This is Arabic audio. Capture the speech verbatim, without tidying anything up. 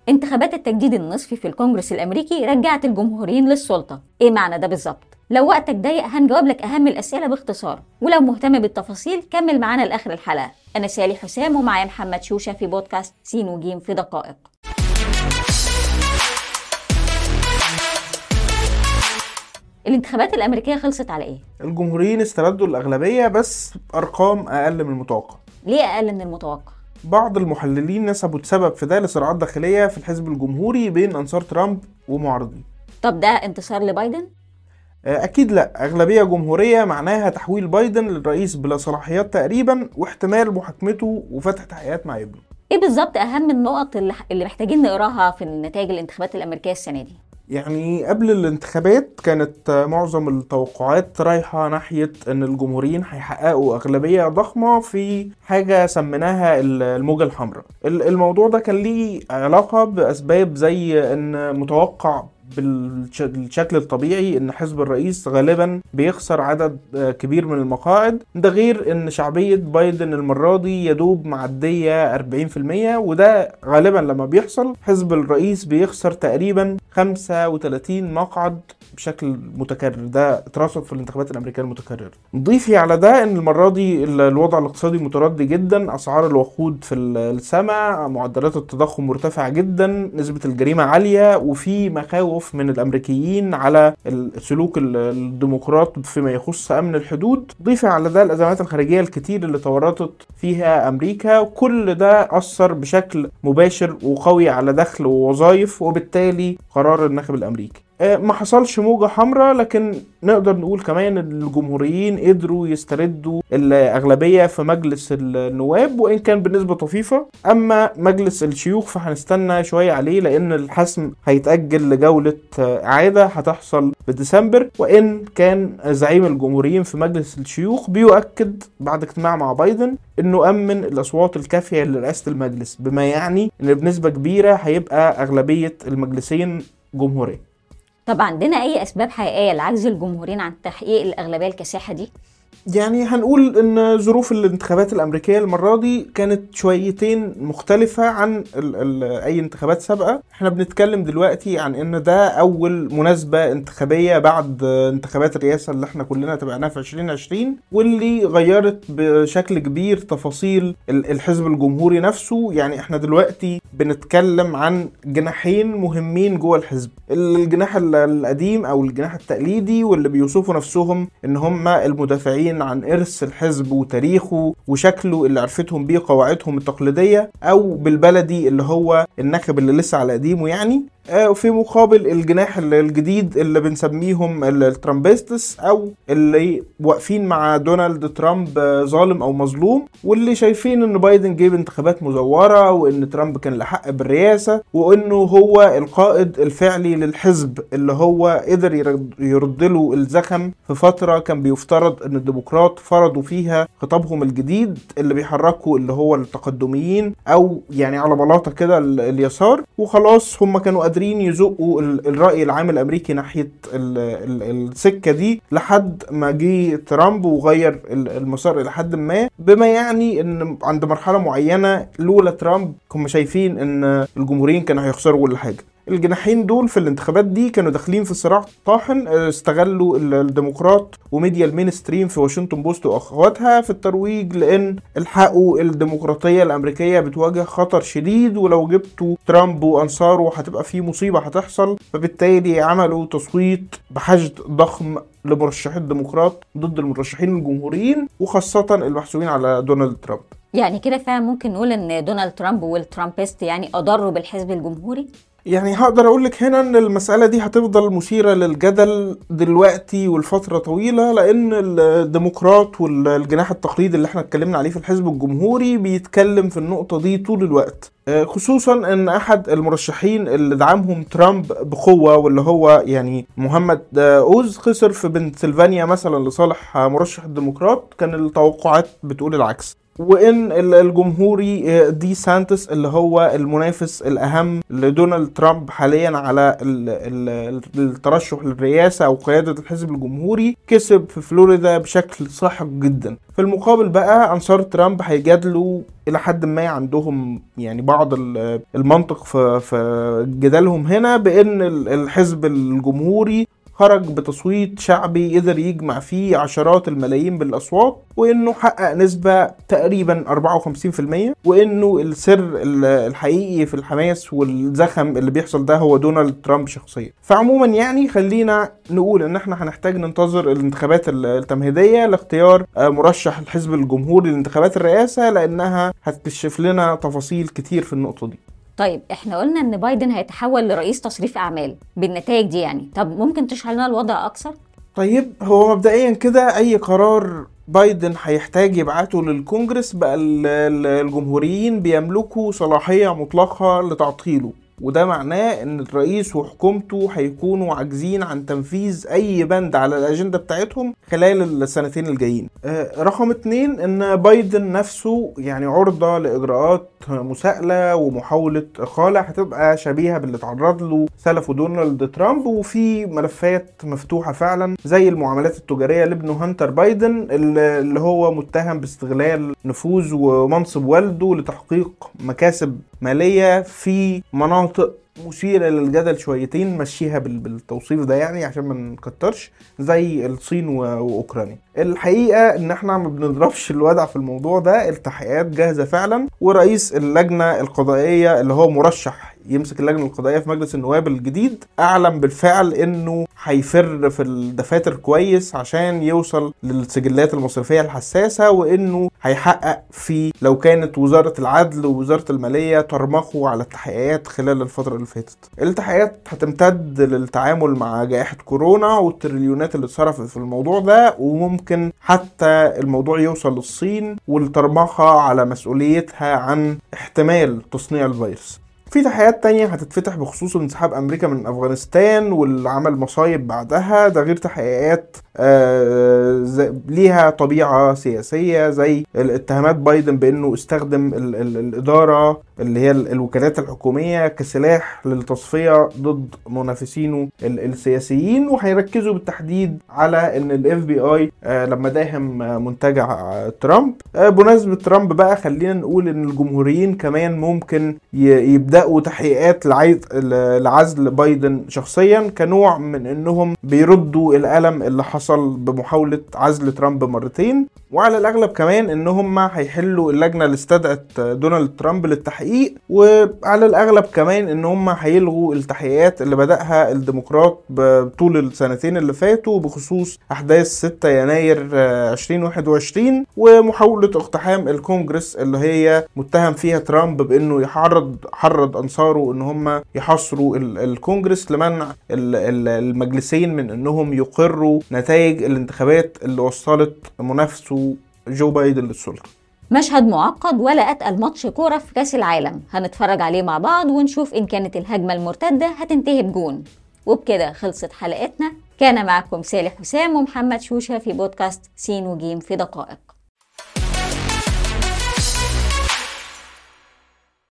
انتخابات التجديد النصفي في الكونجرس الامريكي رجعت الجمهوريين للسلطة. ايه معنى ده بالظبط؟ لو وقتك ضيق هنجاوب لك اهم الاسئلة باختصار، ولو مهتم بالتفاصيل كمل معانا لاخر الحلقة. انا سالي حسام ومعايا محمد شوشة في بودكاست سين وجيم في دقائق. الانتخابات الامريكية خلصت على ايه؟ الجمهوريين استردوا الاغلبية بس ارقام اقل من المتوقع. ليه اقل من المتوقع؟ بعض المحللين نسبوا السبب في ده لصراعات داخلية في الحزب الجمهوري بين انصار ترامب ومعارضيه. طب ده انتصار لبايدن؟ اكيد لا، اغلبية جمهورية معناها تحويل بايدن للرئيس بلا صلاحيات تقريبا، واحتمال محاكمته وفتح تحقيقات مع ابنه. ايه بالظبط اهم النقط اللي اللي محتاجين نقراها في نتائج الانتخابات الامريكيه السنه دي؟ يعني قبل الانتخابات كانت معظم التوقعات رايحة ناحية ان الجمهوريين هيحققوا اغلبية ضخمة في حاجة سميناها الموجة الحمراء. الموضوع ده كان ليه علاقة باسباب زي ان متوقع بالشكل الطبيعي ان حزب الرئيس غالبا بيخسر عدد كبير من المقاعد، ده غير ان شعبية بايدن المرة دي يدوب معدية أربعين في المية، وده غالبا لما بيحصل حزب الرئيس بيخسر تقريبا خمسة وثلاثين مقعد بشكل متكرر. ده اترصد في الانتخابات الامريكيه المتكرره. نضيفي على ده ان المره دي الوضع الاقتصادي متردي جدا، اسعار الوقود في السماء، معدلات التضخم مرتفعه جدا، نسبه الجريمه عاليه، وفي مخاوف من الامريكيين على سلوك الديمقراط فيما يخص امن الحدود. ضيفي على ده الازمات الخارجيه الكتير اللي تورطت فيها امريكا، وكل ده اثر بشكل مباشر وقوي على دخل ووظائف، وبالتالي قرار الناخب الامريكي. ما حصلش موجة حمراء، لكن نقدر نقول كمان ان الجمهوريين قدروا يستردوا الأغلبية في مجلس النواب، وإن كان بنسبة طفيفة. أما مجلس الشيوخ فهنستنى شوية عليه، لأن الحسم هيتأجل لجولة إعادة هتحصل بديسمبر. وإن كان زعيم الجمهوريين في مجلس الشيوخ بيؤكد بعد اجتماع مع بايدن إنه أمن الأصوات الكافية لرئاسة المجلس، بما يعني إن بنسبة كبيرة هيبقى أغلبية المجلسين جمهورية. طب عندنا اي اسباب حقيقيه لعجز الجمهوريين عن تحقيق الاغلبيه الكاسحه دي؟ يعني هنقول ان ظروف الانتخابات الامريكيه المره دي كانت شويتين مختلفه عن ال ال اي انتخابات سابقه. احنا بنتكلم دلوقتي عن ان ده اول مناسبه انتخابيه بعد انتخابات الرئاسه اللي احنا كلنا تابعناها في عشرين عشرين، واللي غيرت بشكل كبير تفاصيل الحزب الجمهوري نفسه. يعني احنا دلوقتي بنتكلم عن جناحين مهمين جوه الحزب، الجناح القديم او الجناح التقليدي، واللي بيوصفوا نفسهم ان هم المدافعين عن إرث الحزب وتاريخه وشكله اللي عرفتهم بيه قواعدهم التقليدية، أو بالبلدي اللي هو الناخب اللي لسه على قديمه يعني. في مقابل الجناح الجديد اللي بنسميهم الترامبيستس، او اللي واقفين مع دونالد ترامب ظالم او مظلوم، واللي شايفين ان بايدن جيب انتخابات مزورة، وان ترامب كان لحق بالرئاسة، وانه هو القائد الفعلي للحزب اللي هو قدر يرد له الزخم في فترة كان بيفترض ان الديمقراط فرضوا فيها خطابهم الجديد اللي بيحركوا اللي هو التقدميين، او يعني على بلاطة كده اليسار، وخلاص هم كانوا قادرين يزقوا الرأي العام الأمريكي ناحية السكة دي لحد ما جه ترامب وغير المسار إلى حد ما، بما يعني إن عند مرحلة معينة لولا ترامب كنا شايفين إن الجمهوريين كانوا هيخسروا كل حاجة. الجناحين دول في الانتخابات دي كانوا داخلين في صراع طاحن، استغلوا الديمقراط وميديا المينستريم في واشنطن بوست واخواتها في الترويج لان الحقوا الديمقراطيه الامريكيه بتواجه خطر شديد، ولو جبتوا ترامب وانصاره هتبقى في مصيبه هتحصل. فبالتالي عملوا تصويت بحشد ضخم لمرشحين الديمقراط ضد المرشحين الجمهوريين، وخاصه المحسوبين على دونالد ترامب. يعني كده فعلا ممكن نقول ان دونالد ترامب والترامبيست يعني اضروا بالحزب الجمهوري؟ يعني هقدر اقولك هنا ان المسألة دي هتفضل مثيرة للجدل دلوقتي والفترة طويلة، لان الديمقراط والجناح التقليدي اللي احنا اتكلمنا عليه في الحزب الجمهوري بيتكلم في النقطة دي طول الوقت، خصوصا ان احد المرشحين اللي دعمهم ترامب بقوة واللي هو يعني محمد اوز خسر في بنسلفانيا مثلا لصالح مرشح الديمقراط. كان التوقعات بتقول العكس. وان الجمهوري دي سانتس اللي هو المنافس الاهم لدونالد ترامب حاليا على الترشح للرئاسة او قيادة الحزب الجمهوري كسب في فلوريدا بشكل ساحق جدا. في المقابل بقى انصار ترامب هيجادلوا الى حد ما، عندهم يعني بعض المنطق في جدالهم هنا، بان الحزب الجمهوري خرج بتصويت شعبي قدر يجمع فيه عشرات الملايين بالأصوات، وإنه حقق نسبة تقريبا أربعة وخمسين بالمية، وإنه السر الحقيقي في الحماس والزخم اللي بيحصل ده هو دونالد ترامب شخصيا. فعموما يعني خلينا نقول إن احنا هنحتاج ننتظر الانتخابات التمهيدية لاختيار مرشح الحزب الجمهوري لانتخابات الرئاسة، لأنها هتكشف لنا تفاصيل كتير في النقطة دي. طيب احنا قلنا ان بايدن هيتحول لرئيس تصريف اعمال بالنتائج دي يعني، طب ممكن تشرح لنا الوضع اكثر؟ طيب هو مبدئيا كده اي قرار بايدن هيحتاج يبعته للكونجرس بقى الجمهوريين بيملكوا صلاحية مطلقة لتعطيله، وده معناه ان الرئيس وحكومته هيكونوا عاجزين عن تنفيذ اي بند على الاجندة بتاعتهم خلال السنتين الجايين. آه رقم اتنين ان بايدن نفسه يعني عرضة لاجراءات مساءلة ومحاولة اقالة هتبقى شبيهة باللي تعرض له سلفه دونالد ترامب، وفي ملفات مفتوحة فعلا زي المعاملات التجارية لابنه هانتر بايدن اللي هو متهم باستغلال نفوذ ومنصب والده لتحقيق مكاسب مالية في مناطق مثيرة للجدل شويتين، مشيها بالتوصيف ده يعني عشان ما نكترش، زي الصين واوكرانيا. الحقيقة ان احنا ما بنضربش الودع في الموضوع ده، التحقيقات جاهزة فعلا، ورئيس اللجنة القضائية اللي هو مرشح يمسك اللجنة القضائية في مجلس النواب الجديد اعلن بالفعل انه هيفر في الدفاتر كويس عشان يوصل للسجلات المصرفية الحساسة، وانه هيحقق في لو كانت وزارة العدل ووزارة المالية ترمخوا على التحقيقات خلال الفترة اللي فاتت. التحقيقات هتمتد للتعامل مع جائحة كورونا والتريليونات اللي اتصرفت في الموضوع ده، وممكن حتى الموضوع يوصل للصين والترمخة على مسؤوليتها عن احتمال تصنيع الفيروس. في تحقيقات تانية هتتفتح بخصوص انسحاب أمريكا من أفغانستان والعمل مصايب بعدها، ده غير تحقيقات آه ليها طبيعة سياسية زي الاتهامات بايدن بأنه استخدم ال ال الإدارة اللي هي الوكالات الحكومية كسلاح للتصفية ضد منافسينه السياسيين، وهيركزوا بالتحديد على ان الاف بي اي لما داهم منتجع ترامب. بمناسبة ترامب بقى خلينا نقول ان الجمهوريين كمان ممكن يبدأوا تحقيقات لعزل بايدن شخصيا كنوع من انهم بيردوا الألم اللي حصل بمحاولة عزل ترامب مرتين، وعلى الأغلب كمان انهم هيحلوا اللجنة اللي استدعت دونالد ترامب للتحقيق، وعلى الأغلب كمان ان هم هيلغوا التحقيقات اللي بدأها الديمقراط طول السنتين اللي فاتوا بخصوص أحداث ستة يناير ألفين وواحد وعشرين ومحاولة اقتحام الكونجرس اللي هي متهم فيها ترامب بانه يحرض حرض انصاره ان هم يحصروا الكونجرس لمنع المجلسين من انهم يقروا نتائج الانتخابات اللي وصلت منافسه جو بايدن للسلطة. مشهد معقد ولا أتقل ماتش كورة في كأس العالم، هنتفرج عليه مع بعض ونشوف إن كانت الهجمة المرتدة هتنتهي بجون. وبكده خلصت حلقتنا، كان معكم سالح حسام ومحمد شوشة في بودكاست سين وجيم في دقائق.